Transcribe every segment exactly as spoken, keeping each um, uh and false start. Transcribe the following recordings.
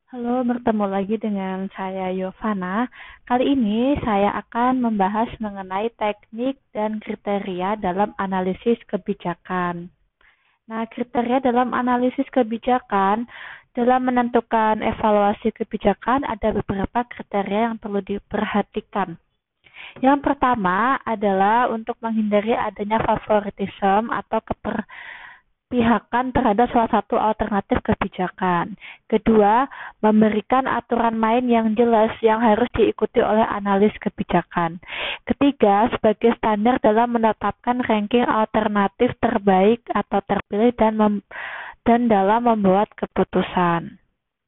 Halo, bertemu lagi dengan saya Yovana. Kali ini saya akan membahas mengenai teknik dan kriteria dalam analisis kebijakan. Nah, kriteria dalam analisis kebijakan dalam menentukan evaluasi kebijakan ada beberapa kriteria yang perlu diperhatikan. Yang pertama adalah untuk menghindari adanya favoritisme atau keberpihakan terhadap salah satu alternatif kebijakan. Kedua, memberikan aturan main yang jelas yang harus diikuti oleh analis kebijakan. Ketiga, sebagai standar dalam menetapkan ranking alternatif terbaik atau terpilih dan mem- dan dalam membuat keputusan.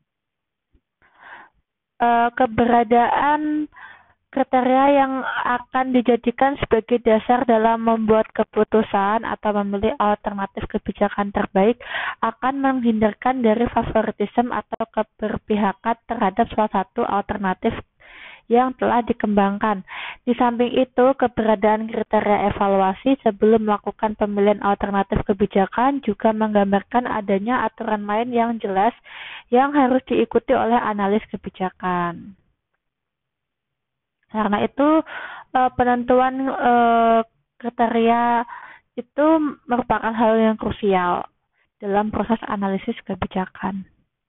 Eh, keberadaan kriteria yang akan dijadikan sebagai dasar dalam membuat keputusan atau memilih alternatif kebijakan terbaik akan menghindarkan dari favoritisme atau keberpihakan terhadap salah satu alternatif yang telah dikembangkan. Di samping itu, keberadaan kriteria evaluasi sebelum melakukan pemilihan alternatif kebijakan juga menggambarkan adanya aturan main yang jelas yang harus diikuti oleh analis kebijakan. Karena itu, eh, penentuan eh, kriteria itu merupakan hal yang krusial dalam proses analisis kebijakan.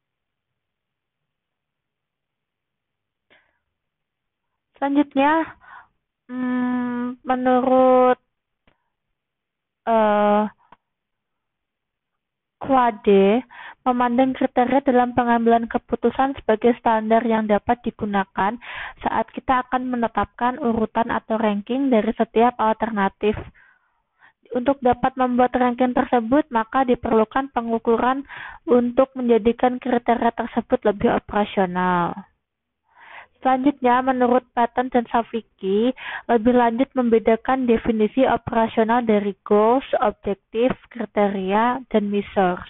Selanjutnya, hmm, menurut eh, Quade, memandang kriteria dalam pengambilan keputusan sebagai standar yang dapat digunakan saat kita akan menetapkan urutan atau ranking dari setiap alternatif. Untuk dapat membuat ranking tersebut, maka diperlukan pengukuran untuk menjadikan kriteria tersebut lebih operasional. Selanjutnya, menurut Patton dan Savicki, lebih lanjut membedakan definisi operasional dari goals, objektif, kriteria, dan measures.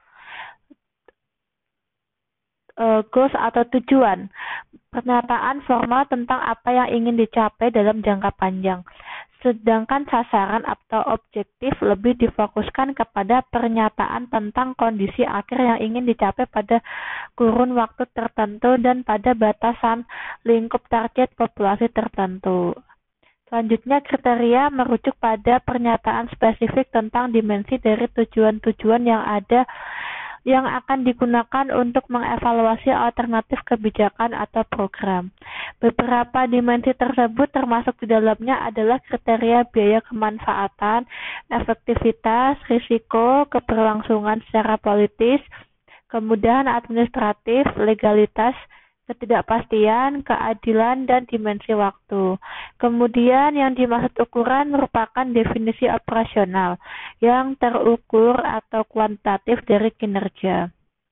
Uh, goals atau tujuan, pernyataan formal tentang apa yang ingin dicapai dalam jangka panjang. Sedangkan sasaran atau objektif lebih difokuskan kepada pernyataan tentang kondisi akhir yang ingin dicapai pada kurun waktu tertentu dan pada batasan lingkup target populasi tertentu. Selanjutnya, kriteria merujuk pada pernyataan spesifik tentang dimensi dari tujuan-tujuan yang ada yang akan digunakan untuk mengevaluasi alternatif kebijakan atau program. Beberapa dimensi tersebut termasuk di dalamnya adalah kriteria biaya kemanfaatan, efektivitas, risiko, keberlangsungan secara politis, kemudahan administratif, legalitas, ketidakpastian, keadilan, dan dimensi waktu. Kemudian yang dimaksud ukuran merupakan definisi operasional yang terukur atau kuantitatif dari kinerja.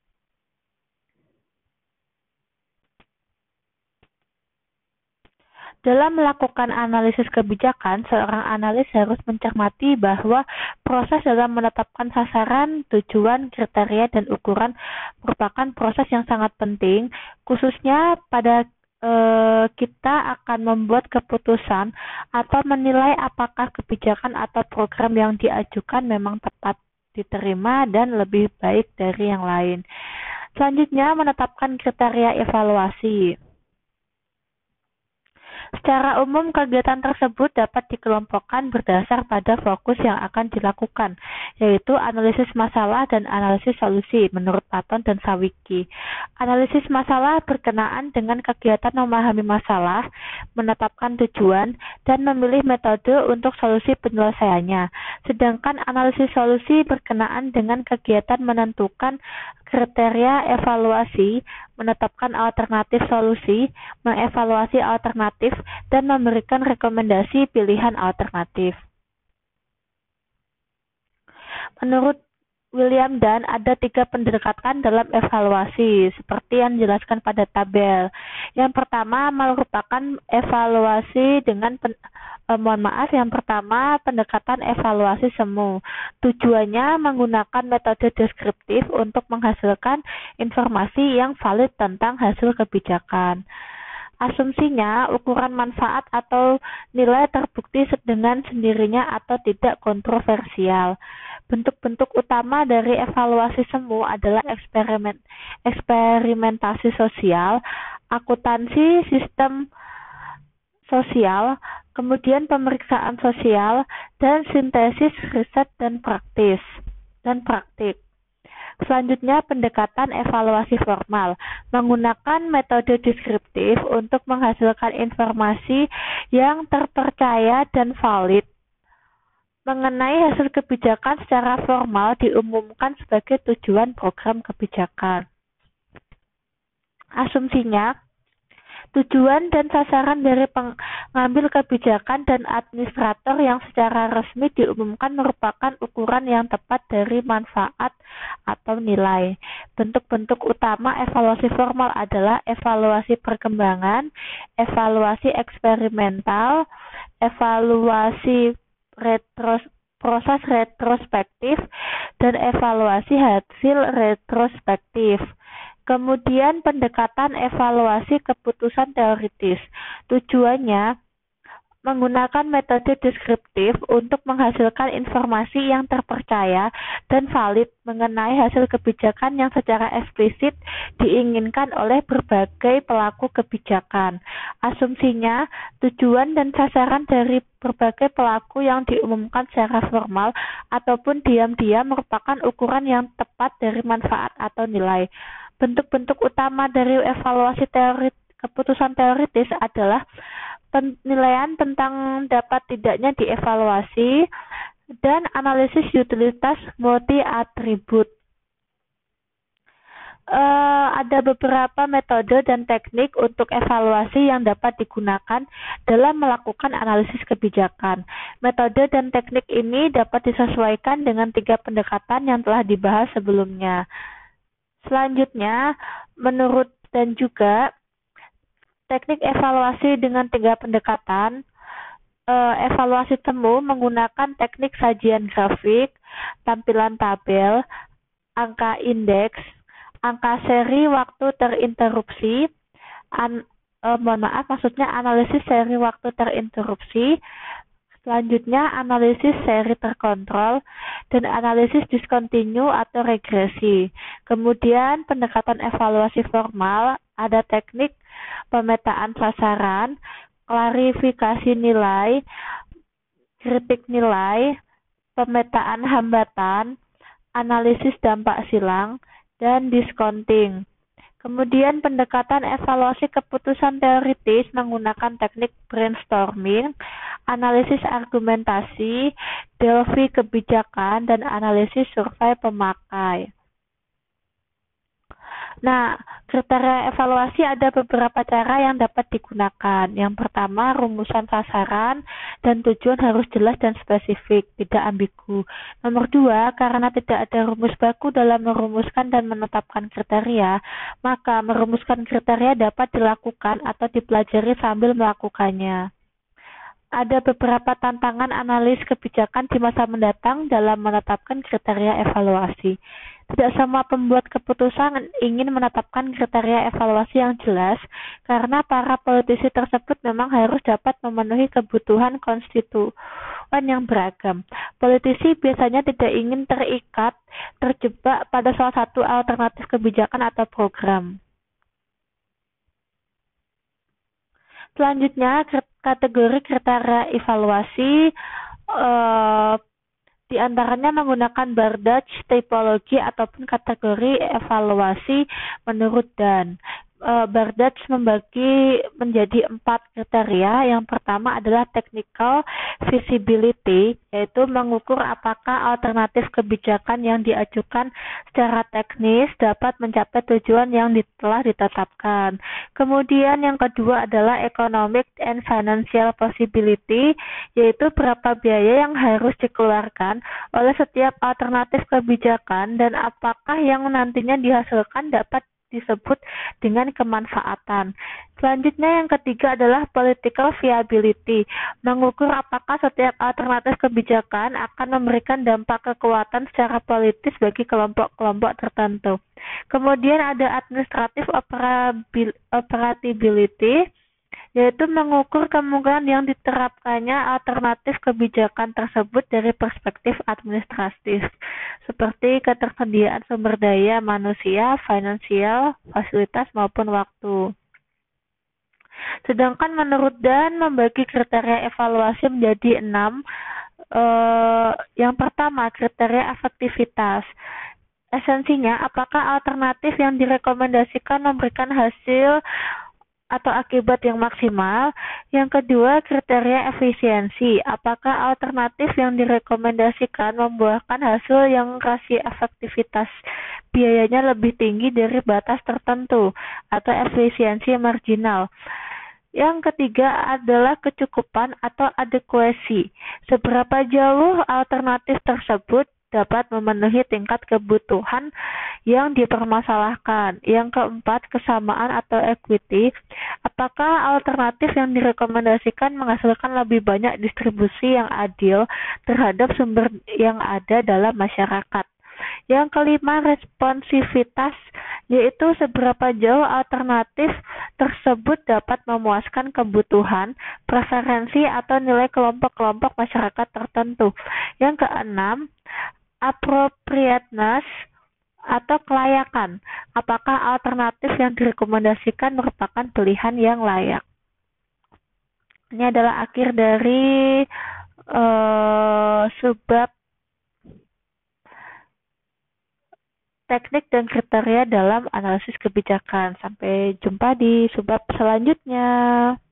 Dalam melakukan analisis kebijakan, seorang analis harus mencermati bahwa proses dalam menetapkan sasaran, tujuan, kriteria, dan ukuran merupakan proses yang sangat penting, khususnya pada eh, kita akan membuat keputusan atau menilai apakah kebijakan atau program yang diajukan memang tepat diterima dan lebih baik dari yang lain. Selanjutnya, menetapkan kriteria evaluasi. Secara umum, kegiatan tersebut dapat dikelompokkan berdasar pada fokus yang akan dilakukan, yaitu analisis masalah dan analisis solusi menurut Patton dan Savicki. Analisis masalah berkenaan dengan kegiatan memahami masalah, menetapkan tujuan, dan memilih metode untuk solusi penyelesaiannya. Sedangkan analisis solusi berkenaan dengan kegiatan menentukan kriteria evaluasi, menetapkan alternatif solusi, mengevaluasi alternatif, dan memberikan rekomendasi pilihan alternatif. Menurut William Dunn, ada tiga pendekatan dalam evaluasi, seperti yang dijelaskan pada tabel. Yang pertama merupakan evaluasi dengan pen, eh, mohon maaf, yang pertama pendekatan evaluasi semu. Tujuannya menggunakan metode deskriptif untuk menghasilkan informasi yang valid tentang hasil kebijakan. Asumsinya, ukuran manfaat atau nilai terbukti dengan sendirinya atau tidak kontroversial. Bentuk-bentuk utama dari evaluasi semu adalah eksperimen, eksperimentasi sosial, akuntansi sistem sosial, kemudian pemeriksaan sosial, dan sintesis riset dan praktis dan praktik. Selanjutnya, pendekatan evaluasi formal menggunakan metode deskriptif untuk menghasilkan informasi yang terpercaya dan valid mengenai hasil kebijakan secara formal diumumkan sebagai tujuan program kebijakan. Asumsinya, tujuan dan sasaran dari pengambil kebijakan dan administrator yang secara resmi diumumkan merupakan ukuran yang tepat dari manfaat atau nilai. Bentuk-bentuk utama evaluasi formal adalah evaluasi perkembangan, evaluasi eksperimental, evaluasi retros, proses retrospektif, dan evaluasi hasil retrospektif. Kemudian pendekatan evaluasi keputusan teoritis. Tujuannya menggunakan metode deskriptif untuk menghasilkan informasi yang terpercaya dan valid mengenai hasil kebijakan yang secara eksplisit diinginkan oleh berbagai pelaku kebijakan. Asumsinya, tujuan dan sasaran dari berbagai pelaku yang diumumkan secara formal ataupun diam-diam merupakan ukuran yang tepat dari manfaat atau nilai. Bentuk-bentuk utama dari evaluasi teori keputusan teoritis adalah penilaian tentang dapat tidaknya dievaluasi dan analisis utilitas multi atribut. Uh, ada beberapa metode dan teknik untuk evaluasi yang dapat digunakan dalam melakukan analisis kebijakan. Metode dan teknik ini dapat disesuaikan dengan tiga pendekatan yang telah dibahas sebelumnya. Selanjutnya, menurut dan juga teknik evaluasi dengan tiga pendekatan, eh, evaluasi temu menggunakan teknik sajian grafik, tampilan tabel, angka indeks, angka seri waktu terinterupsi, an, eh, mohon maaf maksudnya analisis seri waktu terinterupsi, selanjutnya analisis seri terkontrol, dan analisis diskontinu atau regresi. Kemudian pendekatan evaluasi formal, ada teknik pemetaan sasaran, klarifikasi nilai, kritik nilai, pemetaan hambatan, analisis dampak silang, dan discounting. Kemudian pendekatan evaluasi keputusan teoritis menggunakan teknik brainstorming, analisis argumentasi, delphi kebijakan, dan analisis survei pemakai. Nah, kriteria evaluasi ada beberapa cara yang dapat digunakan. Yang pertama, rumusan sasaran dan tujuan harus jelas dan spesifik, tidak ambigu. Nomor dua, karena tidak ada rumus baku dalam merumuskan dan menetapkan kriteria, maka merumuskan kriteria dapat dilakukan atau dipelajari sambil melakukannya. Ada beberapa tantangan analis kebijakan di masa mendatang dalam menetapkan kriteria evaluasi. Tidak semua pembuat keputusan ingin menetapkan kriteria evaluasi yang jelas, karena para politisi tersebut memang harus dapat memenuhi kebutuhan konstituen yang beragam. Politisi biasanya tidak ingin terikat, terjebak pada salah satu alternatif kebijakan atau program. Selanjutnya, kategori kriteria evaluasi eh, di antaranya menggunakan Bardach typology ataupun kategori evaluasi menurut Dan. E, Bardach membagi menjadi empat kriteria. Yang pertama adalah technical feasibility, yaitu mengukur apakah alternatif kebijakan yang diajukan secara teknis dapat mencapai tujuan yang telah ditetapkan. Kemudian yang kedua adalah economic and financial possibility, yaitu berapa biaya yang harus dikeluarkan oleh setiap alternatif kebijakan dan apakah yang nantinya dihasilkan dapat disebut dengan kemanfaatan. Selanjutnya yang ketiga adalah political viability, mengukur apakah setiap alternatif kebijakan akan memberikan dampak kekuatan secara politis bagi kelompok-kelompok tertentu. Kemudian ada administrative operability, yaitu mengukur kemungkinan yang diterapkannya alternatif kebijakan tersebut dari perspektif administratif, seperti ketersediaan sumber daya manusia, finansial, fasilitas, maupun waktu. Sedangkan menurut Dan membagi kriteria evaluasi menjadi enam. Eh, yang pertama, kriteria efektivitas. Esensinya, apakah alternatif yang direkomendasikan memberikan hasil atau akibat yang maksimal. Yang kedua, kriteria efisiensi. Apakah alternatif yang direkomendasikan membuahkan hasil yang rasio efektivitas biayanya lebih tinggi dari batas tertentu atau efisiensi marginal. Yang ketiga adalah kecukupan atau adekuasi. Seberapa jauh alternatif tersebut dapat memenuhi tingkat kebutuhan yang dipermasalahkan. Yang keempat, kesamaan atau equity. Apakah alternatif yang direkomendasikan menghasilkan lebih banyak distribusi yang adil terhadap sumber yang ada dalam masyarakat? Yang kelima, responsivitas, yaitu seberapa jauh alternatif tersebut dapat memuaskan kebutuhan, preferensi, atau nilai kelompok-kelompok masyarakat tertentu. Yang keenam, appropriateness atau kelayakan. Apakah alternatif yang direkomendasikan merupakan pilihan yang layak? Ini adalah akhir dari uh, subbab teknik dan kriteria dalam analisis kebijakan. Sampai jumpa di subbab selanjutnya.